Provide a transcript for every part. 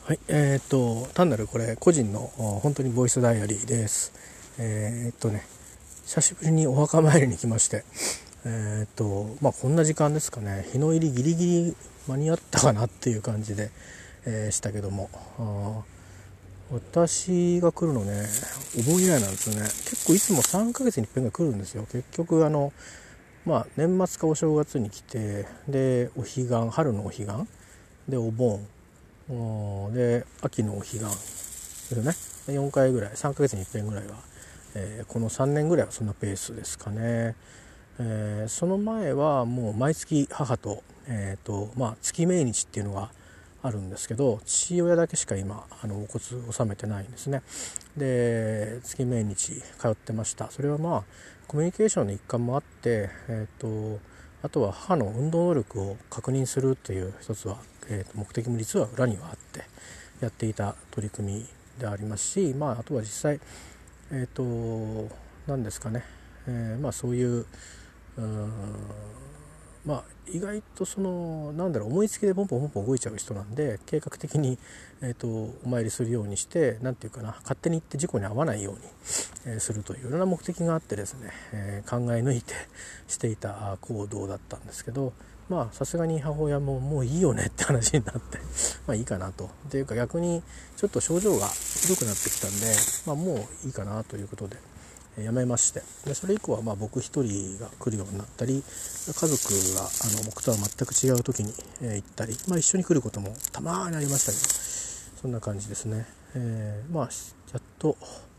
はい、単なるこれ個人の本当にボイスダイアリーです。久しぶりにお墓参りに来まして、こんな時間ですかね、日の入りギリギリ間に合ったかなっていう感じで、したけども、私が来るのね、お盆以来なんですよね。結構いつも3ヶ月に一遍が来るんですよ。結局年末かお正月に来て、でお彼岸、春のお彼岸でお盆で秋のお彼岸ですね。4回ぐらい、3ヶ月に1遍ぐらいは、この3年ぐらいはそんなペースですかね。その前はもう毎月母と、月命日っていうのがあるんですけど、父親だけしか今お骨を納めてないんですね。で月命日通ってました。それはコミュニケーションの一環もあって、あとは母の運動能力を確認するという一つは、目的も実は裏にはあってやっていた取り組みでありますし、あとは実際何ですかね、そういう、意外と思いつきでポンポンポンポン動いちゃう人なんで、計画的に、お参りするようにして、勝手に行って事故に遭わないように、するといういろんな目的があってですね、考え抜いてしていた行動だったんですけど、さすがに母親ももういいよねって話になっていいかなと。っていうか逆にちょっと症状がひどくなってきたんで、もういいかなということでやめまして、でそれ以降は僕一人が来るようになったり、家族が僕とは全く違う時に、行ったり、一緒に来ることもたまにありましたけど、そんな感じですね。やっと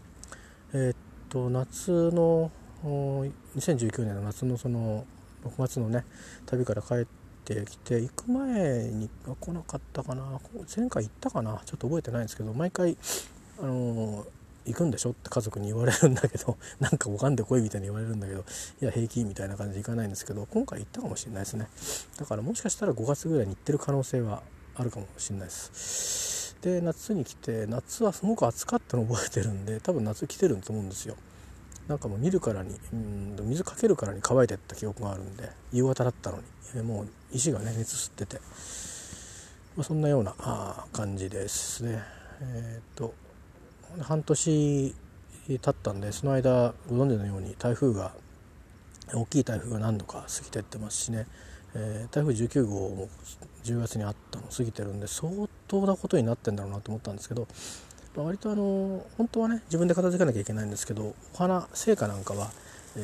夏の2019年の夏の6月のね旅から帰ってきて、行く前には来なかったかな、前回行ったかな、ちょっと覚えてないんですけど、毎回行くんでしょって家族に言われるんだけどなんか拝んでこいみたいに言われるんだけど、いや平気みたいな感じで行かないんですけど、今回行ったかもしれないですね。だからもしかしたら5月ぐらいに行ってる可能性はあるかもしれないです。で夏に来て、夏はすごく暑かったのを覚えてるんで、多分夏来てると思うんですよ。もう見るからに水かけるからに乾いてった記憶があるんで、夕方だったのに、もう石がね熱吸ってて、そんなような感じですね。半年経ったんで、その間ご存知のように大きい台風が何度か過ぎてってますしね、台風19号も10月にあったの過ぎてるんで、相当なことになってんだろうなと思ったんですけど、割と本当はね自分で片付けなきゃいけないんですけど、お花生花なんかは、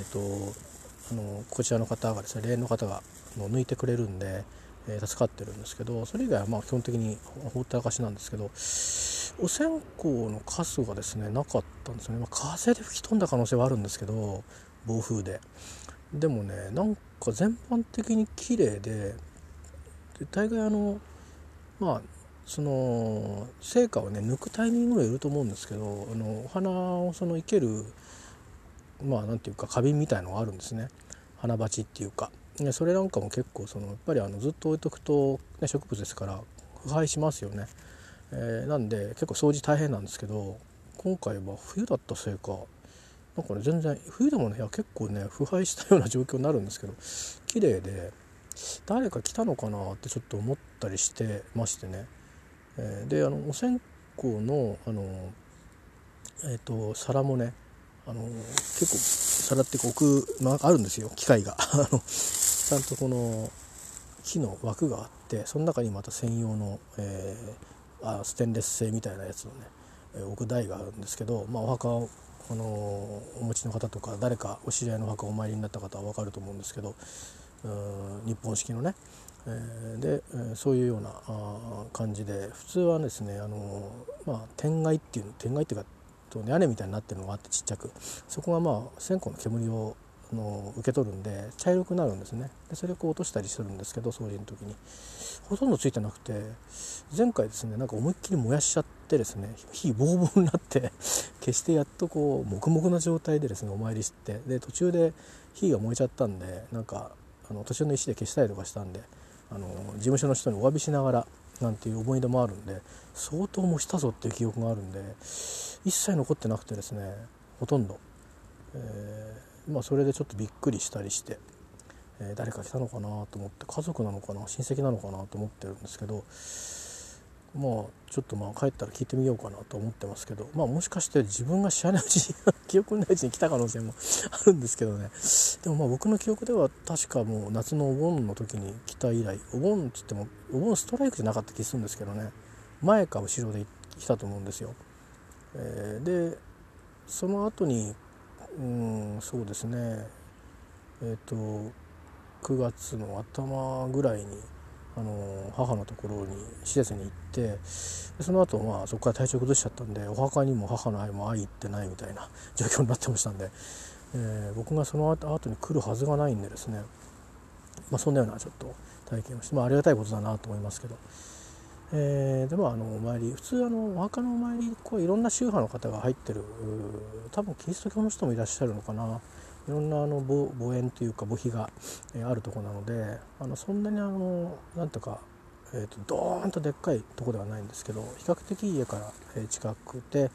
こちらの方がですね、霊園の方が抜いてくれるんで、助かってるんですけど、それ以外は基本的に放ったらかしなんですけど、お線香のカスがですねなかったんですよね。風で吹き飛んだ可能性はあるんですけど、暴風でもね、全般的に綺麗で、大概その成果をね抜くタイミングがいると思うんですけど、お花を生けるなんていうか花瓶みたいのがあるんですね。花鉢っていうか、それなんかも結構やっぱりずっと置いとくと、ね、植物ですから腐敗しますよね。なんで結構掃除大変なんですけど、今回は冬だったせいか全然冬でもね、結構ね腐敗したような状況になるんですけど、綺麗で誰か来たのかなってちょっと思ったりしてましてね。でお線香の皿もね、結構皿って置くあるんですよ、機械がちゃんとこの木の枠があって、その中にまた専用の、ステンレス製みたいなやつをね、置く台があるんですけど、お墓をお持ちの方とか、誰かお知り合いのお墓お参りになった方は分かると思うんですけど、日本式のね、そういうような感じで、普通はですね天蓋っていうか屋根みたいになってるのがあって、ちっちゃく、そこが線香の煙を受け取るんで茶色くなるんですね。でそれを落としたりするんですけど、掃除の時にほとんどついてなくて、前回ですね思いっきり燃やしちゃってですね、火ボーボーになって消してやっと黙々な状態でですねお参りして、で途中で火が燃えちゃったんで、途中の石で消したりとかしたんで、事務所の人にお詫びしながらなんていう思い出もあるんで、相当燃したぞっていう記憶があるんで、一切残ってなくてですね、ほとんど、それでちょっとびっくりしたりして、誰か来たのかなと思って、家族なのかな親戚なのかなと思ってるんですけど、 もうちょっと帰ったら聞いてみようかなと思ってますけど、もしかして自分が知らないうちに記憶のないうちに来た可能性もあるんですけどね。でも僕の記憶では確かもう夏のお盆の時に来た以来、お盆って言ってもお盆ストライクじゃなかった気するんですけどね、前か後ろで来たと思うんですよ。でその後にそうですね9月の頭ぐらいに母のところに施設に行って、その後そこから体調崩しちゃったんで、お墓にも母の愛も会い行ってないみたいな状況になってましたんで、僕がその後に来るはずがないんでですね、そんなようなちょっと体験をして、ありがたいことだなと思いますけど、でもお参り、普通お墓のお参りいろんな宗派の方が入ってる、多分キリスト教の人もいらっしゃるのかな、いろんな墓園というか墓碑があるところなので、そんなになんとか、ドーンとでっかいところではないんですけど、比較的家から近くて、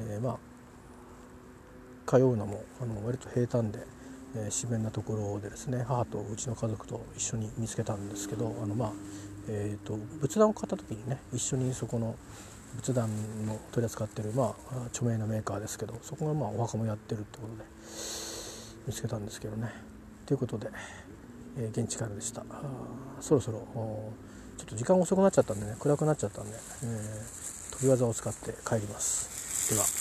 通うのも割と平坦で、自然なところでですね、母とうちの家族と一緒に見つけたんですけど、仏壇を買った時にね、一緒にそこの仏壇の取り扱ってる著名なメーカーですけど、そこがお墓もやってるってことで見つけたんですけどね。ということで、現地からでした。そろそろちょっと時間遅くなっちゃったんでね、暗くなっちゃったんで、飛び技を使って帰ります。では。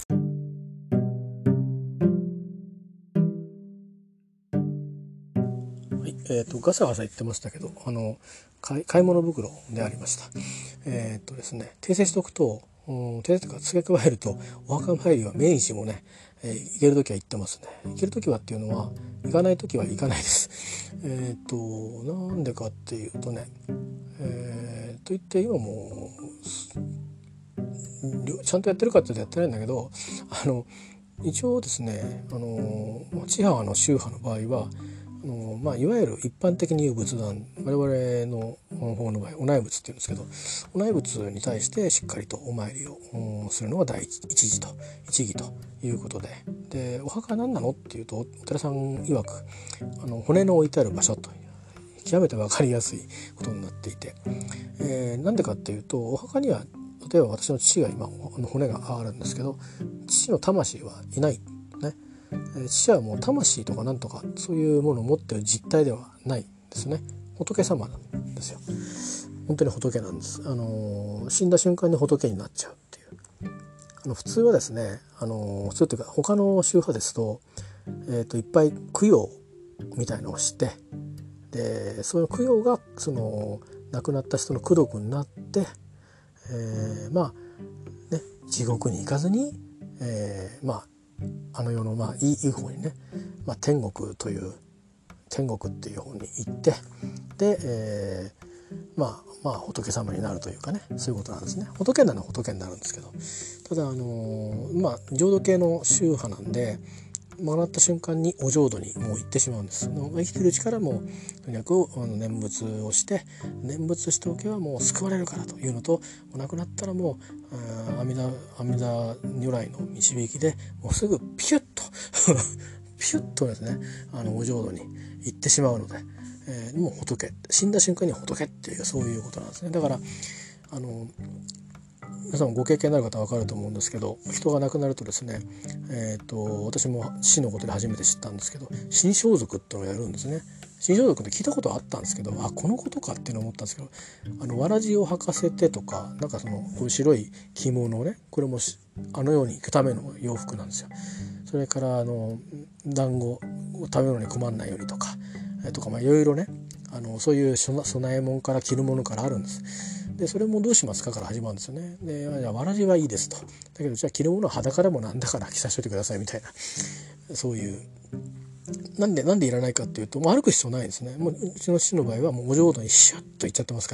ガサガサ言ってましたけど、買い物袋でありました。ですね、訂正しておくと、訂正とか付け加えると、お墓参りは命日もね、行ける時は行ってますね。行ける時はっていうのは、行かない時は行かないです。なんでかっていうとね、と言って今もちゃんとやってるかって言うとやってないんだけど、一応ですね、千母の宗派の場合はいわゆる一般的に言う仏壇、我々の方の場合お内仏っていうんですけど、お内仏に対してしっかりとお参りをするのが第一義ということで、お墓は何なのっていうと、お寺さん曰く骨の置いてある場所という極めて分かりやすいことになっていて、なんでかっていうと、お墓には例えば私の父が今骨があるんですけど、父の魂はいないね。父はもう魂とかなんとかそういうものを持っている実体ではないんですね。仏様なんですよ。本当に仏なんです。死んだ瞬間に仏になっちゃうっていう。普通はですね、普通というか他の宗派ですと、いっぱい供養みたいのをして、でその供養がその亡くなった人の功徳になって、地獄に行かずに、あの世のいい方にね、天国っていう方に行って、で、仏様になるというかね、そういうことなんですね。仏なら仏になるんですけど、ただ浄土系の宗派なんで、もらった瞬間にお浄土にもう行ってしまうんです。生きてるうちからもとにかく念仏をしておけばもう救われるからというのと、亡くなったらもう阿弥陀如来の導きでもうすぐピュッとピュッとですね、お浄土に行ってしまうので、もう仏、死んだ瞬間に仏っていう、そういうことなんですね。だから皆さんもご経験になる方は分かると思うんですけど、人が亡くなるとですね、私も死のことで初めて知ったんですけど、死に装束っていうのをやるんですね。死に装束って聞いたことあったんですけど、このことかっていうのを思ったんですけど、わらじを履かせてとか、なんかこういう白い着物をね、これもように行くための洋服なんですよ。それから団子を食べるのに困らないようにとか、いろいろね、そういう供え物から着るものからあるんです。でそれもどうしますかから始まるんですよね。でわらじはいいですと。だけどじゃあ着るものは裸でもなんだから着させておいてくださいみたいな、そういうなんでいらないかっていうと、もう歩く必要ないんですね。もううちの父の場合はもうお浄土にシュッと行っちゃってます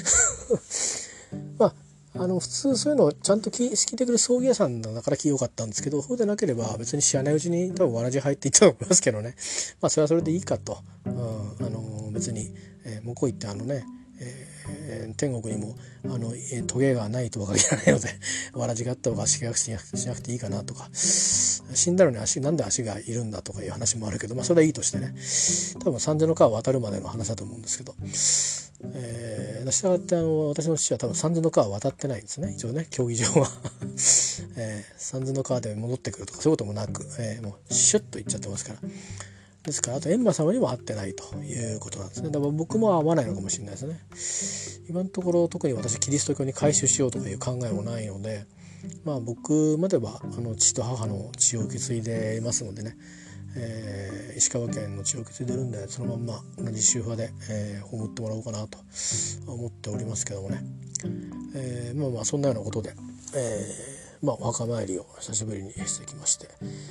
から普通そういうのをちゃんと聞いてくる葬儀屋さんだからよかったんですけど、そうでなければ別に知らないうちに多分わらじ入っていったと思いますけどね。それはそれでいいかと。別に、向こう行って天国にもトゲがないとは限らないのでわらじがあった方がしなくていいかなとか、死んだのになんで足がいるんだとかいう話もあるけど、それはいいとしてね、多分三途の川渡るまでの話だと思うんですけど、 したがって私の父は多分三途の川渡ってないんですね、一応ね、競技場は三途の川で戻ってくるとかそういうこともなく、もうシュッと行っちゃってますから。ですからあと閻魔様にも会ってないということなんですね。だから僕も会わないのかもしれないですね。今のところ特に私キリスト教に改宗しようとかいう考えもないので、僕までは父と母の血を受け継いでいますのでね、石川県の血を受け継いでるんで、そのまんま同じ宗派で、葬ってもらおうかなと思っておりますけどもね、そんなようなことで、お墓参りを久しぶりにしてきまして、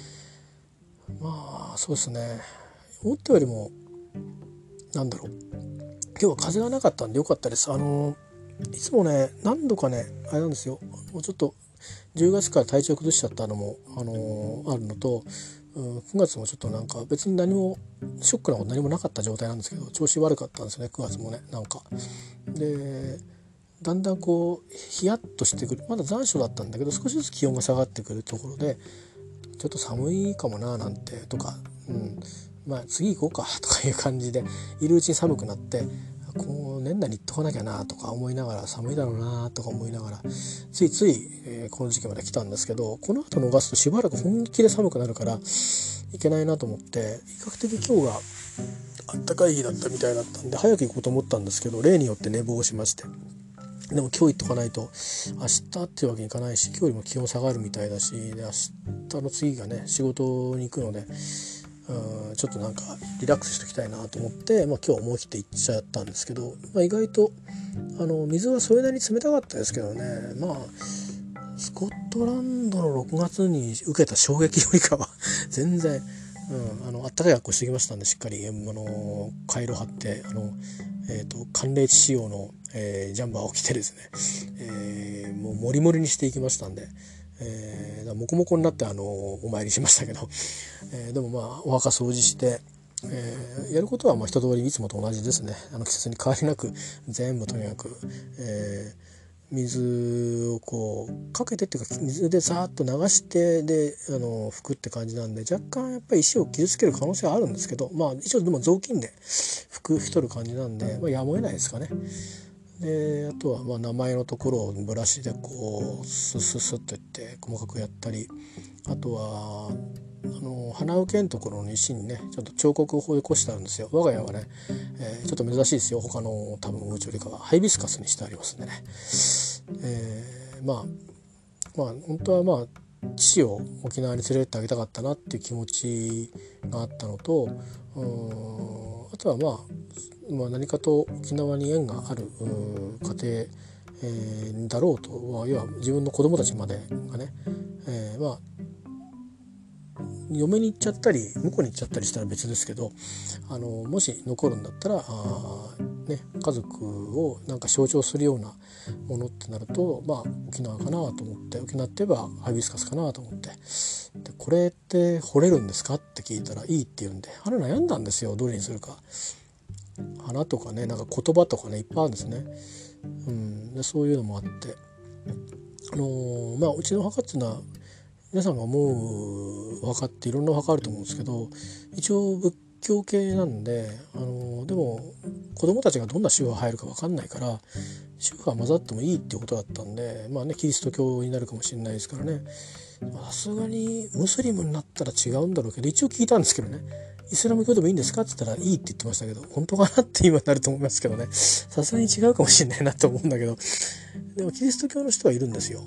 そうですね、思ったよりも今日は風がなかったんでよかったです。いつもね何度かねあれなんですよ、もうちょっと10月から体調崩しちゃったのも、あるのと、9月もちょっと別に何もショックなこと何もなかった状態なんですけど、調子悪かったんですよね、9月もね。でだんだんヒヤッとしてくる、まだ残暑だったんだけど少しずつ気温が下がってくるところで、ちょっと寒いかもななんてとか、次行こうかとかいう感じでいるうちに寒くなって、年内に行っとかなきゃなとか思いながら、寒いだろうなとか思いながらついつい、この時期まで来たんですけど、この後逃すとしばらく本気で寒くなるからいけないなと思って、比較的今日があったかい日だったみたいだったんで早く行こうと思ったんですけど、例によって寝坊しまして、でも今日行っとかないと明日っていうわけにいかないし、今日よりも気温下がるみたいだし、で明日の次がね仕事に行くので、ちょっとリラックスしておきたいなと思って、今日思い切って行っちゃったんですけど、意外と水はそれなりに冷たかったですけどね、スコットランドの6月に受けた衝撃よりかは全然、あったかい格好してきましたんで、しっかりカイロ貼って寒冷地仕様の、ジャンバーを着てですね、もうモリモリにしていきましたんで、モコモコになってお参りしましたけど、でもお墓掃除して、やることは一通りいつもと同じですね。季節に変わりなく全部とにかく、水をかけてっていうか水でさーっと流してで拭くって感じなんで、若干やっぱり石を傷つける可能性はあるんですけど、一応でも雑巾で拭き取る感じなんで、やむを得ないですかね。であとは名前のところをブラシでスッスッスッといって細かくやったり、あとは鼻受けのところの石にねちょっと彫刻を施してあるんですよ。我が家はね、ちょっと珍しいですよ、他の多分お家よりかはハイビスカスにしてありますんでね、本当は父を沖縄に連れてってあげたかったなっていう気持ちがあったのと、あとは何かと沖縄に縁がある家庭、だろうと、要は自分の子供たちまでがね、嫁に行っちゃったり向こうに行っちゃったりしたら別ですけど、もし残るんだったら家族を象徴するようなものってなると、沖縄かなと思って、沖縄って言えばハイビスカスかなと思って、でこれって掘れるんですかって聞いたらいいって言うんで、悩んだんですよ、どれにするか。花とかね言葉とかねいっぱいあるんですね。でそういうのもあって、うちの墓っていうのは皆さんが思うお墓っていろんなお墓あると思うんですけど、一応仏教系なんで、でも子供たちがどんな宗派入るか分かんないから宗派混ざってもいいっていうことだったんで、キリスト教になるかもしれないですからね、さすがにムスリムになったら違うんだろうけど、一応聞いたんですけどね、イスラム教でもいいんですかって言ったらいいって言ってましたけど、本当かなって今なると思いますけどね、さすがに違うかもしれないなと思うんだけど、でもキリスト教の人はいるんですよ。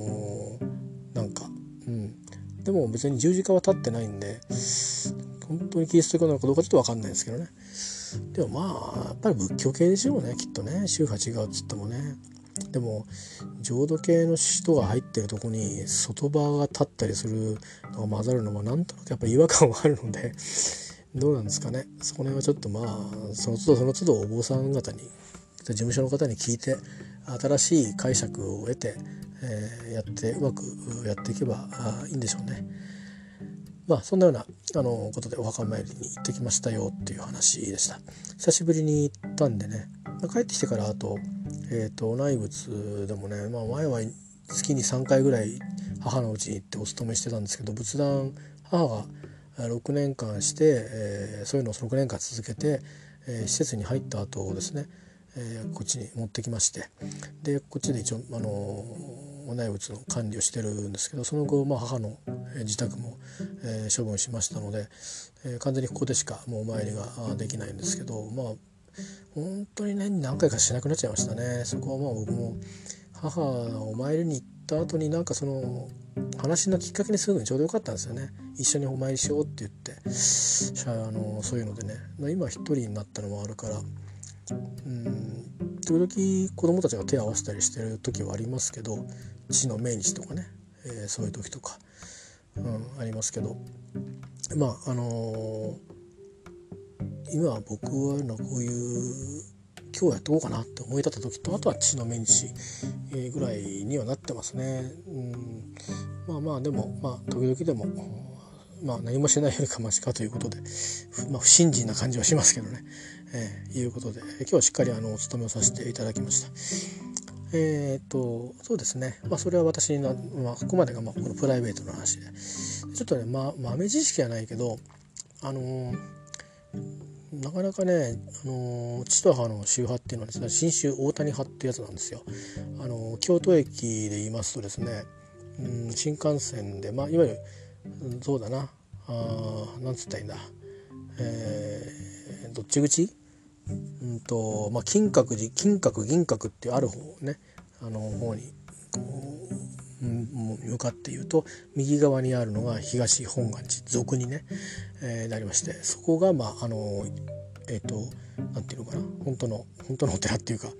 でも別に十字架は立ってないんで、本当にキリスト教なのかどうかちょっと分かんないですけどね。でもやっぱり仏教系でしょうね、きっとね。宗派違うっつってもね。でも浄土系の人が入ってるとこに外場が立ったりするのが混ざるのはなんとなくやっぱり違和感はあるので、どうなんですかね。そこら辺はちょっとその都度その都度お坊さん方に、事務所の方に聞いて新しい解釈を得て、やってうまくやっていけばいいんでしょうね。そんなようなことでお墓参りに行ってきましたよっていう話でした。久しぶりに行ったんでね、帰ってきてからあと、内仏でもね、前は月に3回ぐらい母のうちに行ってお勤めしてたんですけど、仏壇母が6年間して、そういうのを6年間続けて、施設に入った後ですね、 こっちに持ってきまして、でこっちで一応お内仏の管理をしてるんですけど、その後、母の自宅も、処分しましたので、完全にここでしかもうお参りができないんですけど、本当に年に何回かしなくなっちゃいましたね。そこは僕も母がお参りに行った後になんかその話のきっかけにするのにちょうどよかったんですよね。一緒にお参りしようって言ってそういうのでね、今一人になったのもあるから、時々子供たちが手を合わせたりしてる時はありますけど、父の命日とかね、そういう時とか、ありますけど、今は僕はこういう今日やっておこうかなって思い立った時と、あとは父の命日ぐらいにはなってますね。でも時々でも何もしないよりかマシかということで、不信心な感じはしますけどね、いうことで今日はしっかりお勤めをさせていただきました。そうですね、それは私の、ここまでがこのプライベートの話で、ちょっとね豆知識はないけどなかなかね、父と母の宗派っていうのはですね、信州大谷派っていうやつなんですよ。京都駅で言いますとですね、新幹線でいわゆるそうだな、なんつったらいいんだ、どっち口、金閣寺、金閣銀閣っていうある方ね、方に向かっていうと右側にあるのが東本願寺、俗にね、なりまして、そこがなんていうのかな、本当のお寺っていうか、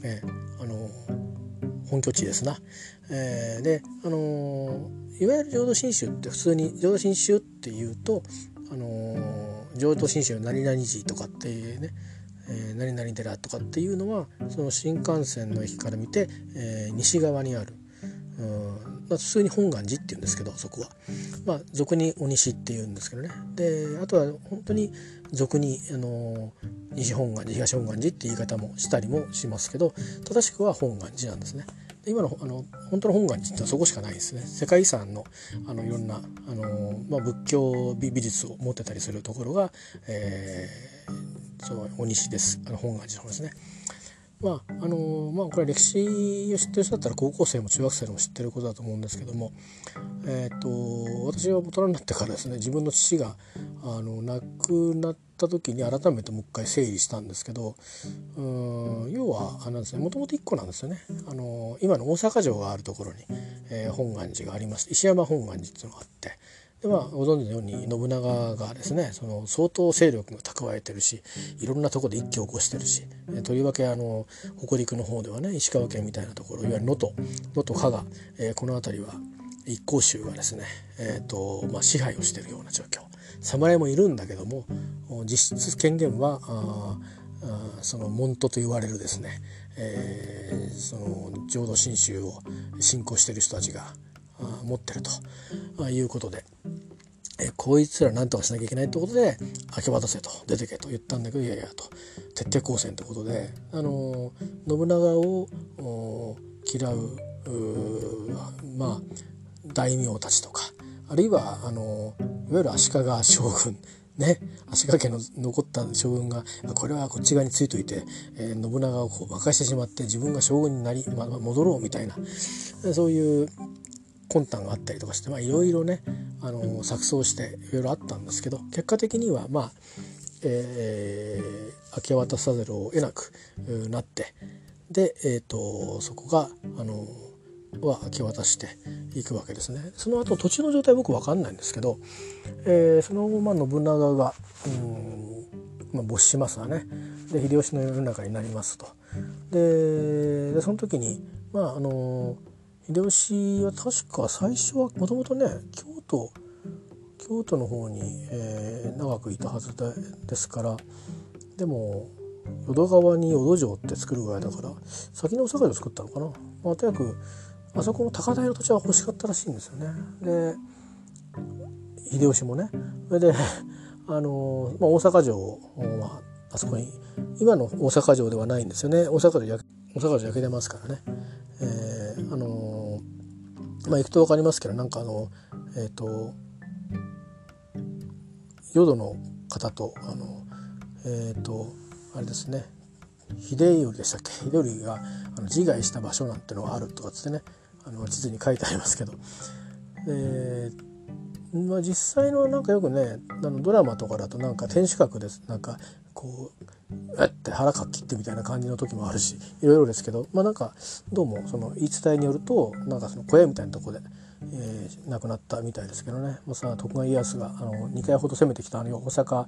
本拠地ですな。でいわゆる浄土真宗って普通に浄土真宗っていうと浄土真宗何々寺とかっていうね、何々寺とかっていうのはその新幹線の駅から見て、西側にある、普通に本願寺っていうんですけど、そこは俗にお西っていうんですけどね。であとは本当に俗に西本願寺、東本願寺って言い方もしたりもしますけど、正しくは本願寺なんですね。で今の本当の本願寺ってのはそこしかないですね。世界遺産のいろんな仏教美術を持ってたりするところが、そのお西です。本願寺の方ですね。これ歴史を知ってる人だったら高校生も中学生でも知ってることだと思うんですけども、私は大人になってからですね、自分の父が亡くなった時に改めてもう一回整理したんですけど、要はなんですね、もともと1個なんですよね。今の大阪城があるところに、本願寺がありまして、石山本願寺っていうのがあって、でご存知のように信長がですね、その相当勢力が蓄えてるし、いろんなところで一揆を起こしてるし、とりわけ北陸の方ではね、石川県みたいなところ、いわゆる能登加賀、この辺りは一向宗がですね、支配をしているような状況。侍もいるんだけども実質権限はその門徒と言われるですね、その浄土真宗を信仰している人たちが持ってるということで、こいつら何とかしなきゃいけないってことで明け渡せと、出てけと言ったんだけど、いやいやと、徹底抗戦ってことで信長を嫌う大名たちとか、あるいはいわゆる足利将軍ね、足利家の残った将軍がこれはこっち側についといて、信長を負かしてしまって自分が将軍になり、戻ろうみたいな、そういう魂胆があったりとかして、いろいろね錯綜していろいろあったんですけど、結果的には明け渡さざるを得なくなって、で、そこが明け渡していくわけですね。その後土地の状態僕分かんないんですけど、その後信長が没しますわね。で秀吉の世の中になりますと。でその時に秀吉は確か最初はもともとね京都の方に、長くいたはずですから、でも淀川に淀城って作るぐらいだから先に大阪城作ったのかな。とにかくあそこの高台の土地は欲しかったらしいんですよね。で秀吉もね、それで大阪城はあそこに今の大阪城ではないんですよね。大阪城焼けてますからね。行くと分かりますけど、淀の方とあれですね、 秀頼でしたっけ、秀頼が自害した場所なんてのがあるとかっつってね、地図に書いてありますけど、実際のなんかよくねドラマとかだとなんか天守閣ですなんかこうって腹かっきってみたいな感じの時もあるし、いろいろですけど、なんかどうもその言い伝えによるとなんかその小屋みたいなところで、亡くなったみたいですけどね。徳川家康が2回ほど攻めてきた大阪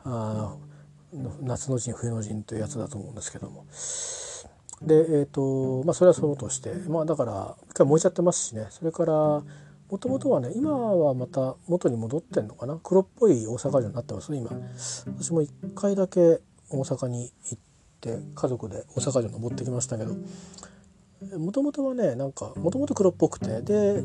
夏の陣冬の陣というやつだと思うんですけども、でそれはそうとして、だから一回燃えちゃってますしね。それからもともとはね、今はまた元に戻ってんのかな、黒っぽい大阪城になってます今。私も1回だけ大阪に行って家族で大阪城登ってきましたけど、もともとはねなんかもともと黒っぽくて、で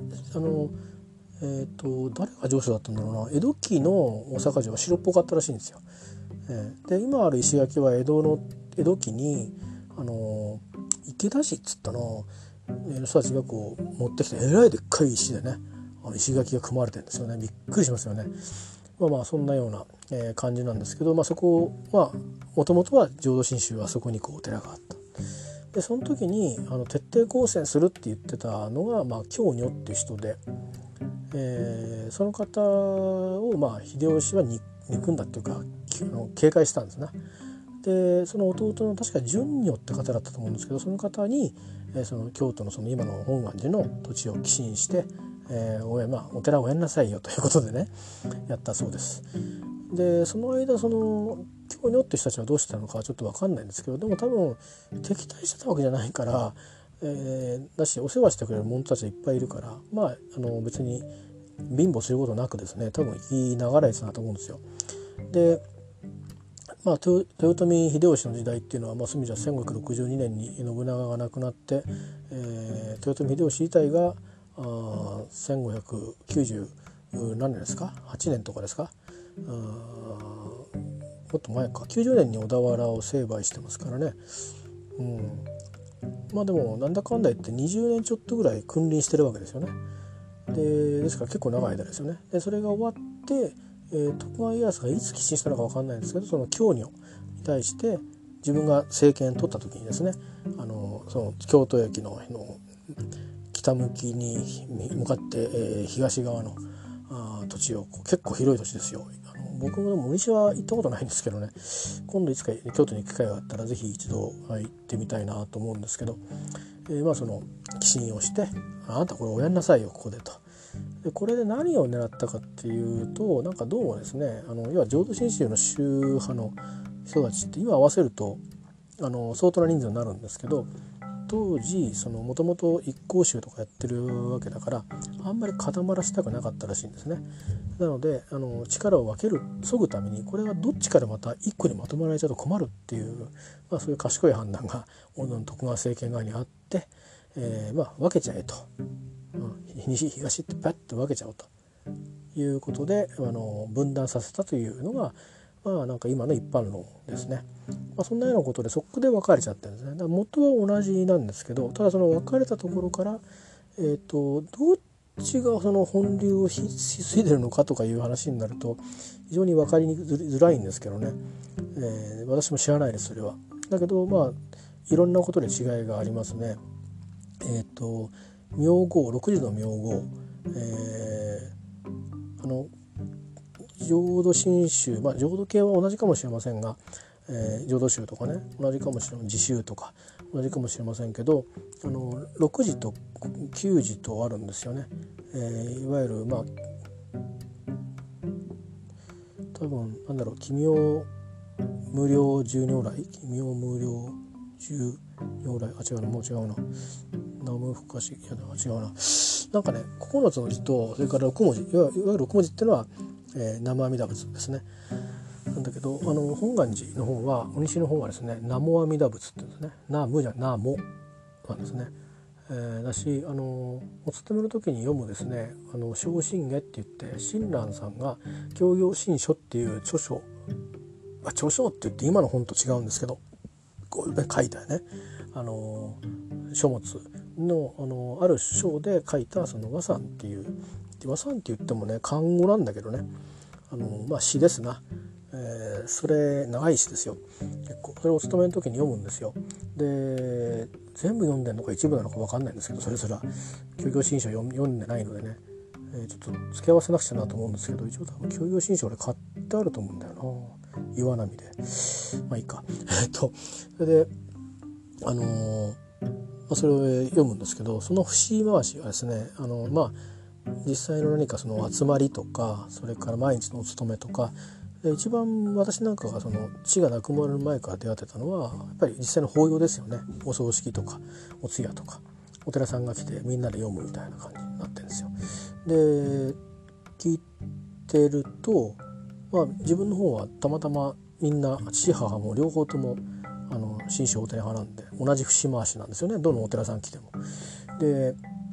誰が城主だったんだろうな、江戸期の大阪城は白っぽかったらしいんですよ。で今ある石垣は江戸期に池田市っつったの人たちがこう持ってきてえらいでっかい石でね石垣が組まれてるんですよね。びっくりしますよね。そんなような、感じなんですけど、そこはもともとは浄土真宗はそこにこうお寺があった。でその時に徹底抗戦するって言ってたのが、京如っていう人で、その方を秀吉は憎んだっていうか警戒したんですね。でその弟の確か純如って方だったと思うんですけど、その方に、その京都のその今の本願寺の土地を寄進して、お寺をやんなさいよということでねやったそうです。でその間その京如って人たちはどうしてたのかはちょっと分かんないんですけど、でも多分敵対してたわけじゃないから、だしお世話してくれる者たちがいっぱいいるから、別に貧乏することなくですね多分生きながらやつだと思うんですよ。で豊臣秀吉の時代っていうのは、そういう意味じゃ1562年に信長が亡くなって、豊臣秀吉自体が1590何年ですか8年とかですか、もっと前か90年に小田原を成敗してますからね。でもなんだかんだ言って20年ちょっとぐらい君臨してるわけですよね。ですから結構長い間ですよね。でそれが終わって徳川家康がいつ寄進したのか分かんないんですけど、その京如に対して自分が政権を取った時にですねその京都駅の北向きに向かって、東側の土地を結構広い土地ですよ。僕も森西は行ったことないんですけどね、今度いつか京都に行く機会があったらぜひ一度行ってみたいなと思うんですけど、その寄進をしてあなたこれおやんなさいよここでと。でこれで何を狙ったかっていうとなんかどうもですね要は浄土真宗の宗派の人たちって今合わせると相当な人数になるんですけど、当時もともと一向宗とかやってるわけだからあんまり固まらせたくなかったらしいんですね。なので力を分ける削ぐためにこれがどっちかでまた一個にまとまられちゃうと困るっていう、そういう賢い判断が徳川政権側にあって、分けちゃえと、西東ってパッと分けちゃおうということで分断させたというのがなんか今の一般論ですね。そんなようなことでそこで分かれちゃってるんですね。だから元は同じなんですけど、ただその分かれたところからどっちがその本流を引き継いでるのかとかいう話になると非常に分かりづらいんですけどね、私も知らないですそれは。だけどいろんなことで違いがありますね。名号6時の名号、浄土真宗浄土系は同じかもしれませんが、浄土宗とかね同じかもしれない、自宗とか同じかもしれませんけど6時と9時とあるんですよね。いわゆる多分奇妙無料十如来奇妙無料十如来違うなもう違うな南無深し違うななんかね9つの字とそれから6文字いわゆる6文字っていうのは、南無阿弥陀仏ですね。なんだけど本願寺の方はお西の方はですね南無阿弥陀仏って言うんですね。南無じゃ南無なんですね。だしお勤めの時に読むですね正信下って言って親鸞さんが教行信書っていう著書って言って今の本と違うんですけどこう書いたね書物のある章で書いたその和算っていう和算って言ってもね漢語なんだけどね詩ですな。 それ長い詩ですよ。結構それをお勤めの時に読むんですよ。で全部読んでるのか一部なのか分かんないんですけど、それすら教養新書読んでないのでね、ちょっと付け合わせなくちゃなと思うんですけど、一応多分教養新書俺買ってあると思うんだよな、岩波で。まあいいかそれでそれを読むんですけど、その節回しはですね、実際の何かその集まりとか、それから毎日のお勤めとかで、一番私なんかがその父が亡くなる前から出会ってたのはやっぱり実際の法要ですよね。お葬式とかお通夜とか、お寺さんが来てみんなで読むみたいな感じになってるんですよ。で聞いてると、自分の方はたまたまみんな父母も両方とも新宗大谷派なんで同じ節回しなんですよね、どのお寺さん来ても。で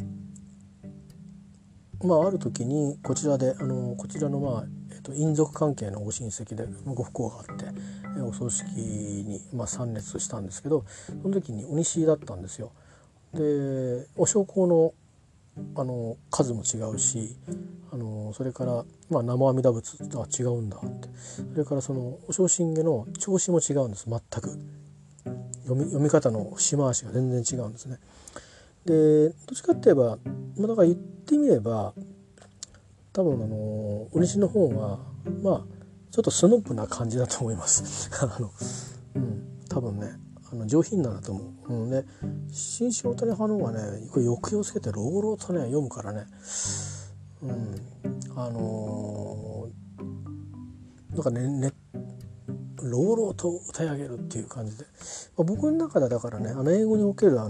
ある時にこちらの姻族関係のご親戚でご不幸があってお葬式に参列したんですけど、その時にお西だったんですよ。でお焼香の数も違うし、それから生阿弥陀仏とは違うんだって、それからそのお正信下の調子も違うんです。全く読み方の節回しが全然違うんですね。でどっちかって言えば、だから言ってみれば多分お西の方がちょっとスノップな感じだと思います多分ね上品なんだと思う。で新宗大谷派の方がね、これ抑揚つけて朗々とね読むからね、なんかね朗々と歌い上げるっていう感じで、僕の中ではだからね、英語における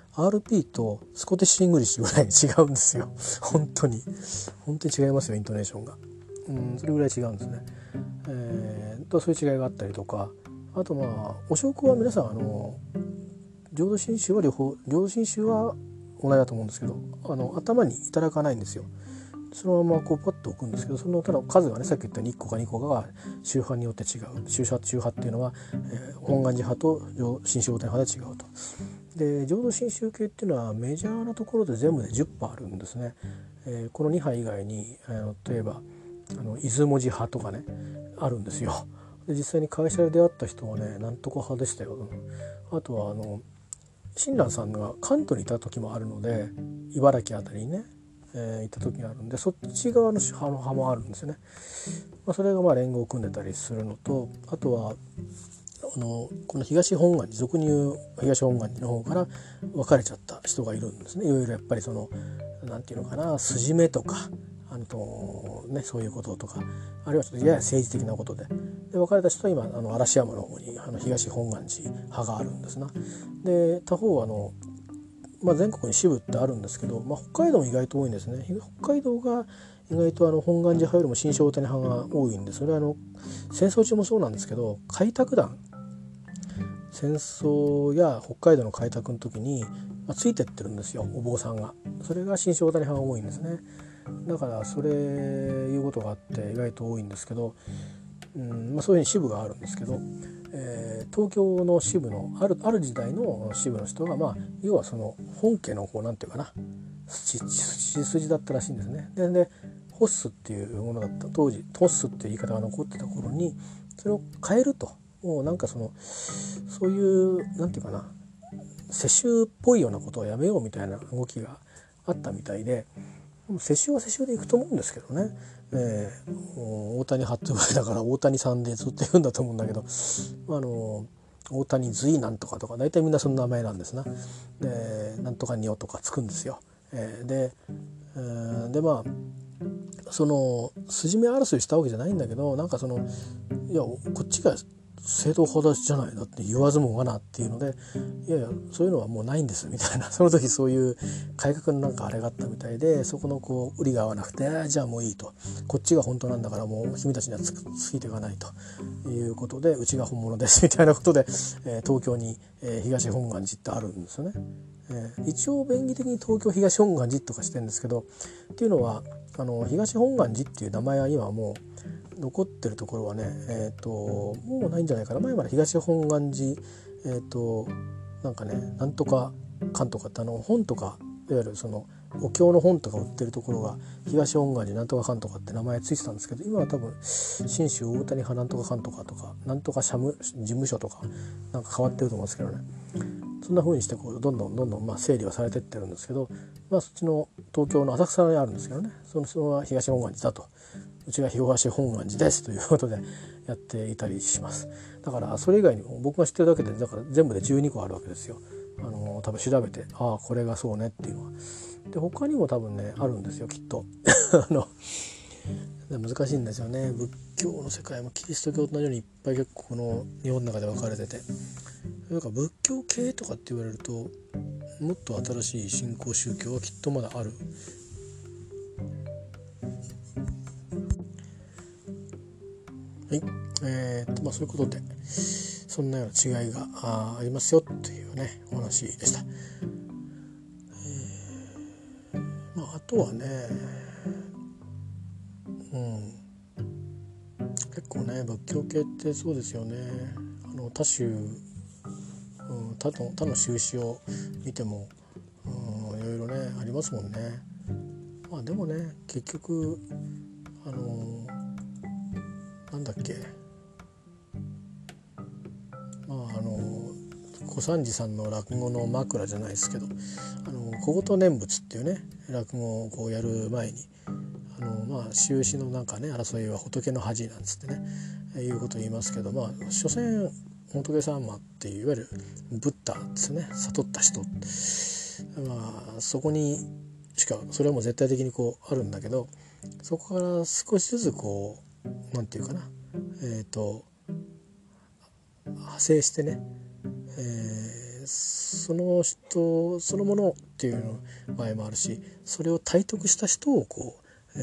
RP とスコティッシュイングリッシュぐらい違うんですよ本当に違いますよ、イントネーションが。それぐらい違うんですね。そういう違いがあったりとか、あとお焼香は皆さん浄土真宗は浄土真宗は同じだと思うんですけど、頭にいただかないんですよ。そのままこうポッと置くんですけど、そのただ数がね、さっき言った1個か2個かが宗派によって違う。宗派っていうのは、本願寺派と新宗大谷派で違うと。で浄土真宗系っていうのはメジャーなところで全部で10派あるんですね。この2派以外に例えば出雲寺派とかねあるんですよ。で実際に会社で出会った人はね、なんとか派でしたよ。あとは親鸞さんが関東にいた時もあるので、茨城あたりにね行った時があるんで、そっち側の派もあるんですよね。それが連合を組んでたりするのと、あとはこの東本願寺、俗に言う東本願寺の方から分かれちゃった人がいるんですね。いろいろやっぱりなんていうのかな、筋目とかそういうこととか、あるいはちょっとやや政治的なことで分かれた人は今嵐山の方に東本願寺派があるんですな。で他方全国に支部ってあるんですけど、北海道も意外と多いんですね。北海道が意外と本願寺派よりも新宗大谷派が多いんで、それは戦争中もそうなんですけど、開拓団、戦争や北海道の開拓の時に、ついてってるんですよ、お坊さんが。それが新宗大谷派が多いんですね。だからそれいうことがあって意外と多いんですけど、そういうふうに支部があるんですけど、東京の支部のある時代の支部の人が、要はその本家のなんていうかな、血筋だったらしいんですね。でホッスっていうものだった。当時ホッスっていう言い方が残ってた頃にそれを変えると、もうなんかそういうなんていうかな、世襲っぽいようなことをやめようみたいな動きがあったみたいで、世襲は世襲でいくと思うんですけどね。大谷発売だから大谷さんでずっと言うんだと思うんだけど、大谷随なんとかとか大体みんなその名前なんですな。でなんとかにおとかつくんですよ。でその筋目争いしたわけじゃないんだけど、なんかいやこっちが正統派じゃないのって言わずもがなっていうので、いやいやそういうのはもうないんですみたいな、その時そういう改革のなんかあれがあったみたいで、そこの売りが合わなくて、じゃあもういいと、こっちが本当なんだからもう君たちにはついていかないということで、うちが本物ですみたいなことで、東京に、東本願寺ってあるんですよね。一応便宜的に東京東本願寺とかしてるんですけど、っていうのは東本願寺っていう名前は今もう残ってるところはね、もうないんじゃないかな。前まで東本願寺なんかね、なんとかかんとかって本とかいわゆるお経の本とか売ってるところが東本願寺なんとかかんとかって名前ついてたんですけど、今は多分信州大谷派なんとかかんとかとかなんとか事務所とかなんか変わってると思うんですけどね。そんな風にしてこうどんどん整理はされてってるんですけど、そっちの東京の浅草にあるんですけどね、そのは東本願寺だと、うちが東本願寺ですということでやっていたりします。だからそれ以外にも僕が知ってるだけでだから全部で12個あるわけですよ。多分調べてこれがそうねっていうのは。で他にも多分ねあるんですよきっと難しいんですよね。仏教の世界もキリスト教と同じようにいっぱい結構この日本の中で分かれてて、なんか仏教系とかって言われるともっと新しい新興宗教はきっとまだある。はい、そういうことでそんなような違いがありますよというねお話でした。あとはね、結構ね仏教系ってそうですよね。他宗、他の宗旨を見ても、いろいろねありますもんね。でもね結局なんだっけ、小三治さんの落語の枕じゃないですけど、小言念仏っていうね落語をこうやる前に宗旨のなんかね争いは仏の恥なんつってね、いうことを言いますけど、所詮仏様っていういわゆるブッダですね、悟った人、そこにしかそれはもう絶対的にこうあるんだけど、そこから少しずつこうなんていうかな、派生してね、その人そのものっていう場合もあるし、それを体得した人をこ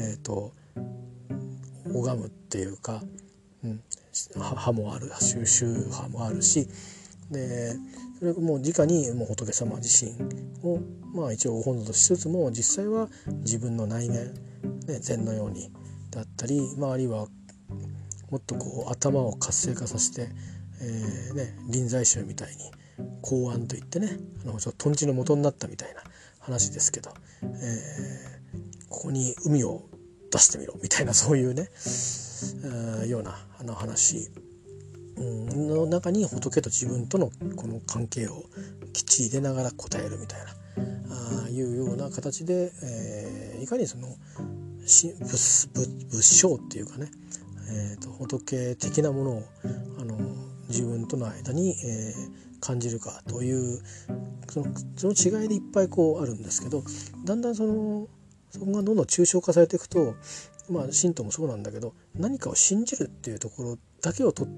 う拝むっていうか、派もある、宗派もあるし、でそれもう直にもう仏様自身を一応本尊としつつも、実際は自分の内面、禅のようにだったり、あるいはもっとこう頭を活性化させて、臨済宗みたいに公安といってねとんちの元になったみたいな話ですけど、ここに海を出してみろみたいなそういうね、ような話の中に仏と自分とのこの関係をきっちり入れながら答えるみたいないうような形で、いかにその仏性っていうかね、仏的なものを自分との間に、感じるかというその違いでいっぱいこうあるんですけど、だんだんそこがどんどん抽象化されていくと、神道もそうなんだけど、何かを信じるっていうところだけを取って、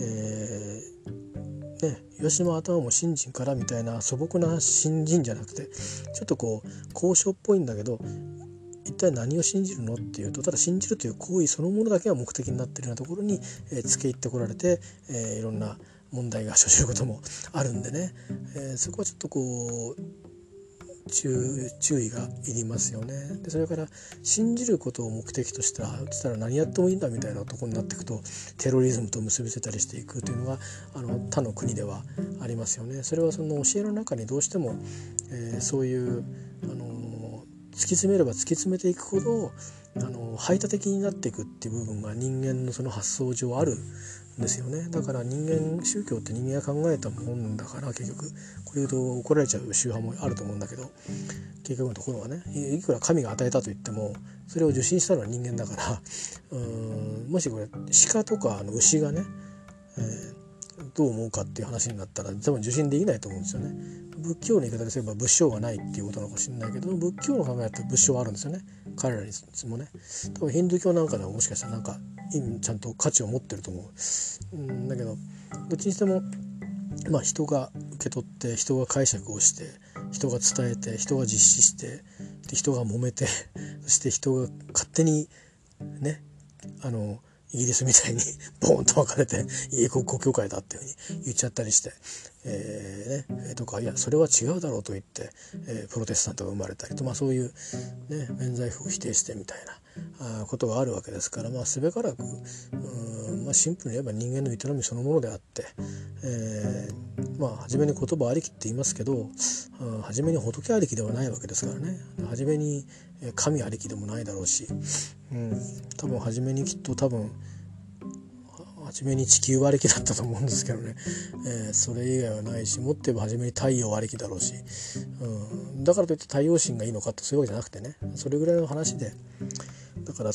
吉島頭も信心からみたいな素朴な信心じゃなくて、ちょっとこう交渉っぽいんだけど、一体何を信じるのっていうと、ただ信じるという行為そのものだけが目的になっているようなところに、付け入ってこられて、いろんな問題が生じることもあるんでね、そこはちょっとこう注意がいりますよね。でそれから信じることを目的としたら何やってもいいんだみたいなところになっていくと、テロリズムと結びつけたりしていくというのが他の国ではありますよね。それはその教えの中にどうしても、そういう突き詰めれば突き詰めていくほど排他的になっていくっていう部分が人間のその発想上あるんですよね。だから宗教って人間が考えたもんだから、結局これ言うと怒られちゃう宗派もあると思うんだけど、結局のところはね、いくら神が与えたと言ってもそれを受信したのは人間だからもしこれ鹿とか牛がね、どう思うかっていう話になったら多分受信できないと思うんですよね。仏教の言い方ですれば仏性がないっていうことなのかもしれないけど、仏教の考えだと仏性はあるんですよね、彼らにもね。多分ヒンドゥー教なんかではもしかしたらなんかちゃんと価値を持ってると思う。だけどどっちにしても人が受け取って人が解釈をして人が伝えて人が実施してで人が揉めてそして人が勝手にねイギリスみたいにボーンと分かれて国教会だっていうふうに言っちゃったりして、 とか、いやそれは違うだろうと言って、プロテスタントが生まれたりと、そういう、免罪符を否定してみたいなことがあるわけですから、すべからくシンプルに言えば人間の営みそのものであって、初めに言葉ありきって言いますけど、初めに仏ありきではないわけですからね。初めに神ありきでもないだろうし、多分初めに初めに地球ありきだったと思うんですけどね、それ以外はないし、もっと言えば初めに太陽ありきだろうし、だからといって太陽神がいいのかってそういうわけじゃなくてね、それぐらいの話で、だから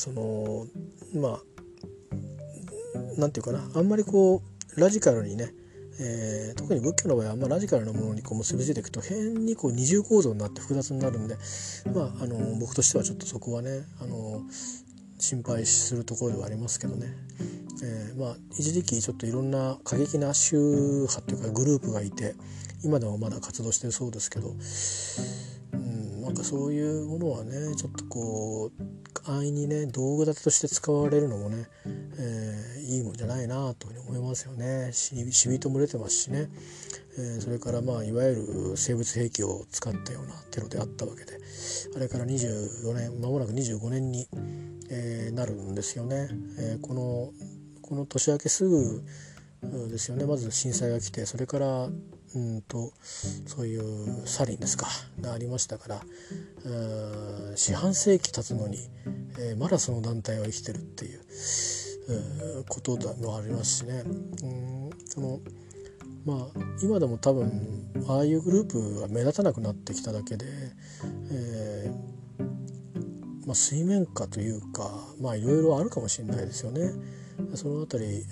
なんていうかな、あんまりラジカルにね、特に仏教の場合はあんまラジカルなものに結びついていくと変に二重構造になって複雑になるんで、僕としてはちょっとそこはね心配するところではありますけどね。一時期ちょっといろんな過激な宗派っていうかグループがいて、今でもまだ活動してるそうですけど、なんかそういうものはねちょっと安易にね道具立てとして使われるのもね、いいもんじゃないなというふうに思いますよね。死人も出てますしね、それからいわゆる生物兵器を使ったようなテロであったわけで、あれから24年間もなく25年に、なるんですよね。この年明けすぐですよね。まず震災が来て、それからそういうサリンですかがありましたから、四半世紀経つのに、まだその団体は生きてるっていうこともありますしね。今でも多分ああいうグループが目立たなくなってきただけで、水面下というかいろいろあるかもしれないですよね。そのあたり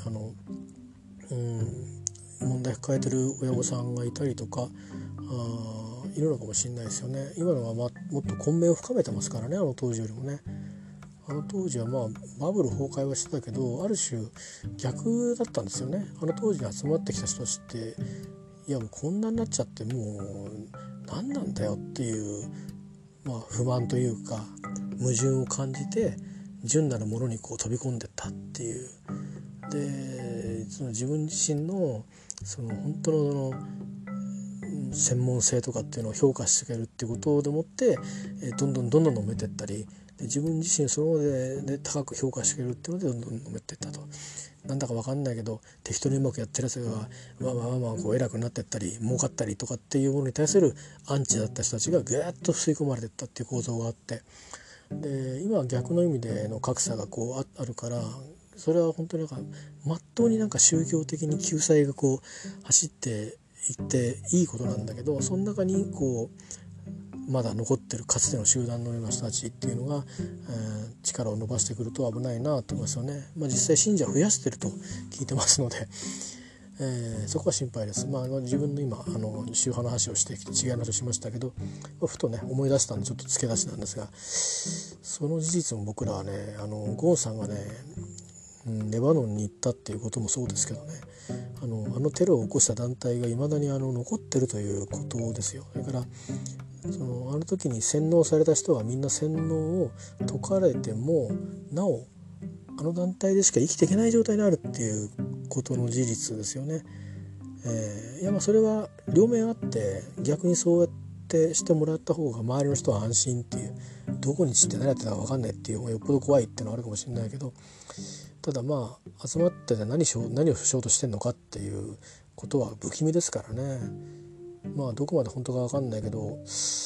問題抱えてる親御さんがいたりとかいるのかもしれないですよね。今のはもっと混迷を深めてますからね、あの当時よりもね。あの当時はバブル崩壊はしてたけど、ある種逆だったんですよね。あの当時に集まってきた人たちって、いやもうこんなになっちゃってもう何なんだよっていう、不満というか矛盾を感じて純なるものに飛び込んでったっていう。でその自分自身のその本当の専門性とかっていうのを評価していけるっていうことでもってどんどん飲めてったり、で自分自身そのまで高く評価していけるっていうのでどんどん飲めてったと。なんだか分かんないけど適当にうまくやってるやつが偉くなってったり儲かったりとかっていうものに対するアンチだった人たちがぐーっと吸い込まれてったっていう構造があって、で今は逆の意味での格差があるから、それは本当にまっとうに宗教的に救済が走っていっていいことなんだけど、その中にまだ残ってるかつての集団のような人たちっていうのが、力を伸ばしてくると危ないなと思いますよね。実際信者を増やしてると聞いてますので、そこは心配です。自分の今宗派の話をしてきて違いの話をしましたけど、ふとね思い出したんでちょっと付け出しなんですが、その事実も僕らはねゴーンさんがねレバノンに行ったっていうこともそうですけどね、あのテロを起こした団体がいまだに残ってるということですよ。それからあの時に洗脳された人はみんな洗脳を解かれてもなおあの団体でしか生きていけない状態になるっていうことの事実ですよね。それは両面あって、逆にそうやってしてもらった方が周りの人は安心っていう、どこに散って何やってたか分かんないっていう方がよっぽど怖いっていうのはあるかもしれないけど、ただ集まってて何をしようとしてんのかっていうことは不気味ですからね。どこまで本当か分かんないけど、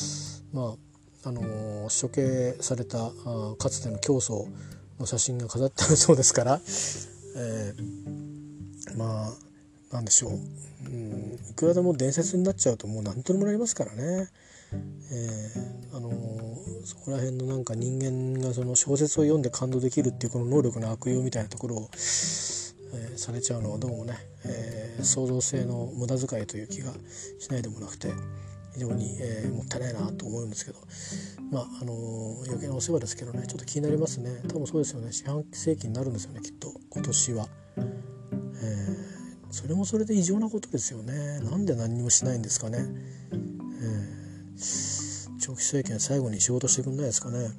処刑されたかつての教祖の写真が飾ってあるそうですから、なんでしょう、いくらでも伝説になっちゃうともう何とでもなりますからね。そこら辺の人間がその小説を読んで感動できるっていうこの能力の悪用みたいなところを、されちゃうのはどうもね、創造性の無駄遣いという気がしないでもなくて、非常に、もったいないなと思うんですけど、余計なお世話ですけどね、ちょっと気になりますね。多分そうですよね、四半世紀になるんですよね、きっと今年は。それもそれで異常なことですよね。なんで何にもしないんですかね。長期政権最後に仕事してくんないですかね。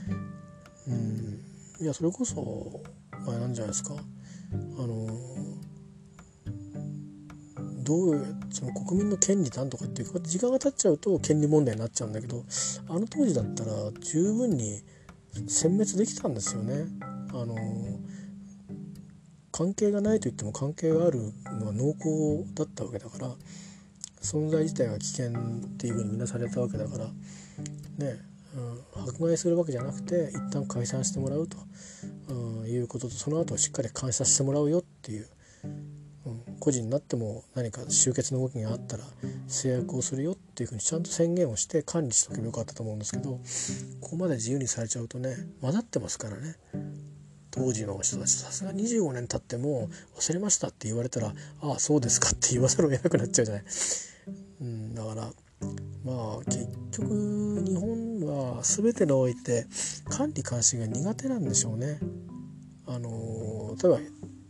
いやそれこそなんじゃないですか。 どうその国民の権利なんとかっていうか時間が経っちゃうと権利問題になっちゃうんだけど、あの当時だったら十分に殲滅できたんですよね。関係がないといっても関係があるのは濃厚だったわけだから、存在自体が危険っていうふうに見なされたわけだからね、迫害するわけじゃなくて一旦解散してもらうと、いうことと、その後しっかり監視してもらうよっていう、個人になっても何か終結の動きがあったら制約をするよっていうふうにちゃんと宣言をして管理しておけばよかったと思うんですけど、ここまで自由にされちゃうとね、混ざってますからね。当時の人たち、さすが25年経っても忘れましたって言われたら、ああそうですかって言わざるを得なくなっちゃうじゃない。だから結局日本は全てにおいて管理監視が苦手なんでしょうね。例えば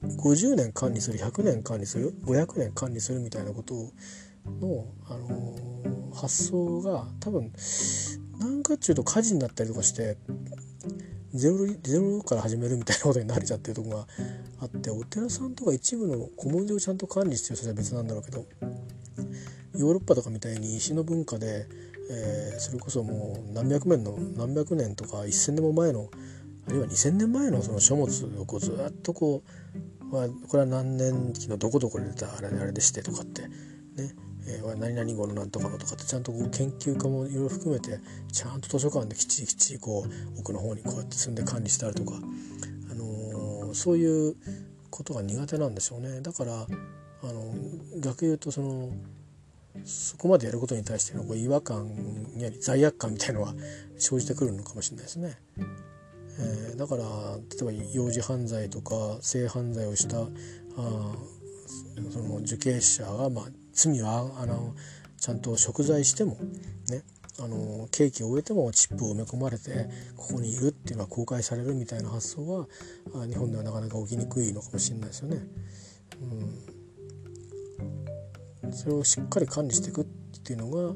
50年管理する、100年管理する、500年管理するみたいなことの、発想が多分何かっていうと火事になったりとかしてゼロから始めるみたいなことになれちゃってるところがあって、お寺さんとか一部の古文書をちゃんと管理してる人は別なんだろうけど、ヨーロッパとかみたいに石の文化で、それこそもう何百年とか1000年も前の、あるいは2000年前のその書物をこうずっとこれは何年期のどこどこで出たあれでしてとかってね、何々号のなんとかのとかってちゃんとこう研究家もいろいろ含めてちゃんと図書館できっちりこう奥の方にこうやって積んで管理してあるとか、そういうことが苦手なんでしょうね。だから逆言うとそこまでやることに対してのこう違和感や罪悪感みたいのは生じてくるのかもしれないですね。だから例えば幼児犯罪とか性犯罪をしたその受刑者が、罪はちゃんと贖罪してもね、刑期を終えてもチップを埋め込まれてここにいるっていうのは公開されるみたいな発想は日本ではなかなか起きにくいのかもしれないですよね。それをしっかり管理していくっていうのが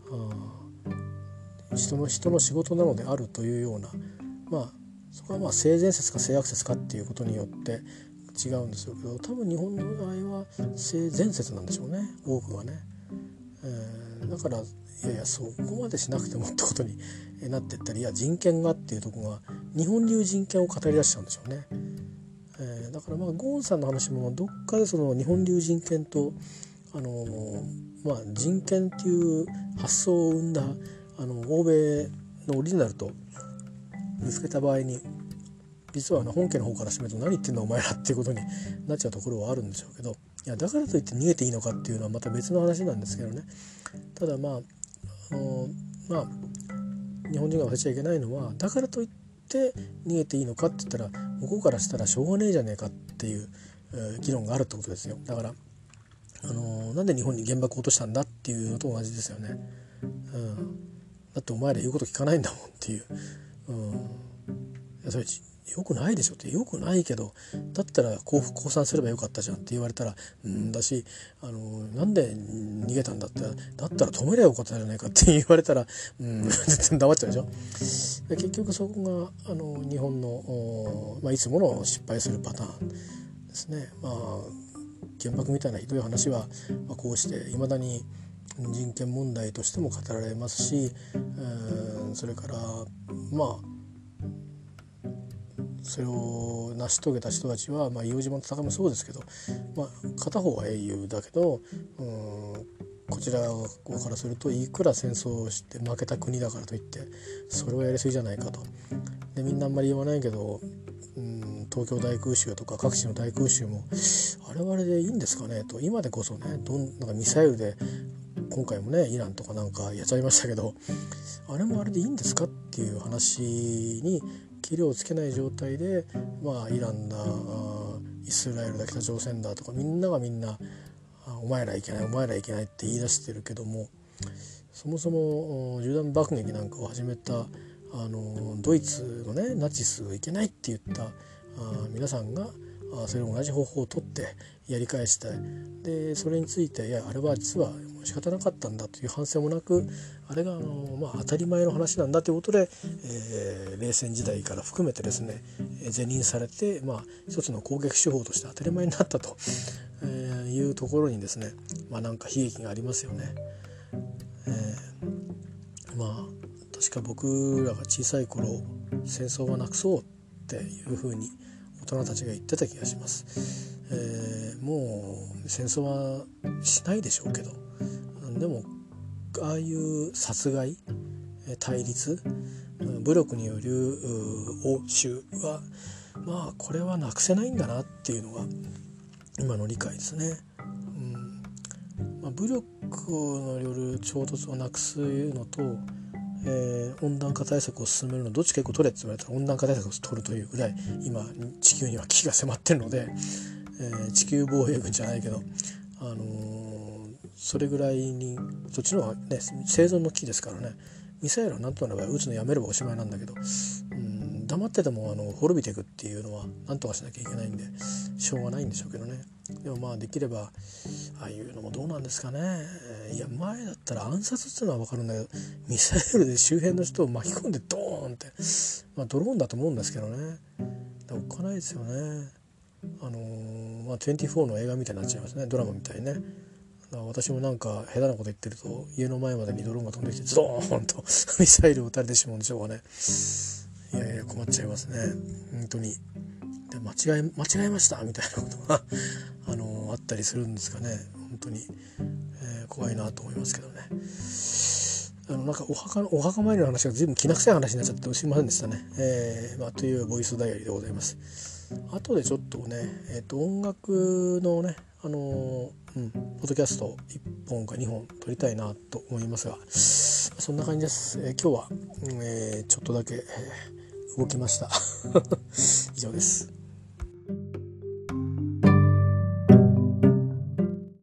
人の仕事なのであるというような、そこは性善説か性悪説かっていうことによって違うんですけど、多分日本の場合は性善説なんでしょうね、多くはね。だからそこまでしなくてもってことになっていったり、人権がっていうところが日本流人権を語り出しちゃうんでしょうね。だからゴーンさんの話もどっかでその日本流人権と人権っていう発想を生んだ欧米のオリジナルと見つけた場合に、実は本家の方からしてみると何言ってんだお前らっていうことになっちゃうところはあるんでしょうけど、だからといって逃げていいのかっていうのはまた別の話なんですけどね。ただ日本人が忘れちゃいけないのは、だからといって逃げていいのかって言ったら向こうからしたらしょうがねえじゃねえかっていう、議論があるってことですよ。だからなんで日本に原爆を落としたんだっていうのと同じですよね。だってお前ら言うこと聞かないんだもんっていう、それよくないでしょって、よくないけどだったら降参すればよかったじゃんって言われたらだし、なんで逃げたんだって、だったら止めりゃよかったじゃないかって言われたら全然黙っちゃうでしょ。結局そこが日本の、いつもの失敗するパターンですね。原爆みたいなひどい話は、こうしていまだに人権問題としても語られますし、それからそれを成し遂げた人たちは、硫黄島の戦いもそうですけど、片方は英雄だけどこちら側からするといくら戦争をして負けた国だからといってそれはやりすぎじゃないかと。でみんなあんまり言わないけど東京大空襲とか各地の大空襲もあれはあれでいいんですかねと、今でこそねなんかミサイルで今回もねイランとかなんかやっちゃいましたけど、あれもあれでいいんですかっていう話に切りをつけない状態で、イランだイスラエルだ北朝鮮だとかみんなお前らいけないって言い出してるけども、そもそも銃弾爆撃なんかを始めたドイツのねナチスがいけないって言った皆さんがそれ同じ方法をとってやり返して、でそれについてあれは実は仕方なかったんだという反省もなく、あれが当たり前の話なんだということで、冷戦時代から含めてですね是認されて、一つの攻撃手法として当たり前になったと、いいうところにですね、なんか悲劇がありますよね。確か僕らが小さい頃、戦争はなくそうっていうふうに大人たちが言ってた気がします。もう戦争はしないでしょうけど、でもああいう殺害、対立、武力による応酬はこれはなくせないんだなっていうのが今の理解ですね。武力による衝突をなくすのと、温暖化対策を進めるのどっちか結構取れって言われたら温暖化対策を取るというぐらい今地球には危機が迫ってるので、地球防衛軍じゃないけど、それぐらいにそっちの方がね生存の危機ですからね。ミサイルはなんとか撃つのやめればおしまいなんだけど、黙ってても滅びていくっていうのはなんとかしなきゃいけないんでしょうがないんでしょうけどね。でもできればああいうのもどうなんですかね。いや前だったら暗殺っていうのは分かるんだけど、ミサイルで周辺の人を巻き込んでドーンって、ドローンだと思うんですけどね。おっかないですよね。24の映画みたいになっちゃいますね、ドラマみたいにね。私もなんか下手なこと言ってると家の前までにドローンが飛んできてズドーンとミサイルを撃たれてしまうんでしょうかね。いや困っちゃいますね本当に。で間違えましたみたいなことがあったりするんですかね。本当に、怖いなと思いますけどね。なんかお墓参りの話が随分きな臭い話になっちゃってすいませんでしたね。というボイスダイアリーでございます。後でちょっとね、音楽のねポッドキャスト1本か2本撮りたいなと思いますが、そんな感じです。今日は、ちょっとだけ、動きました以上です。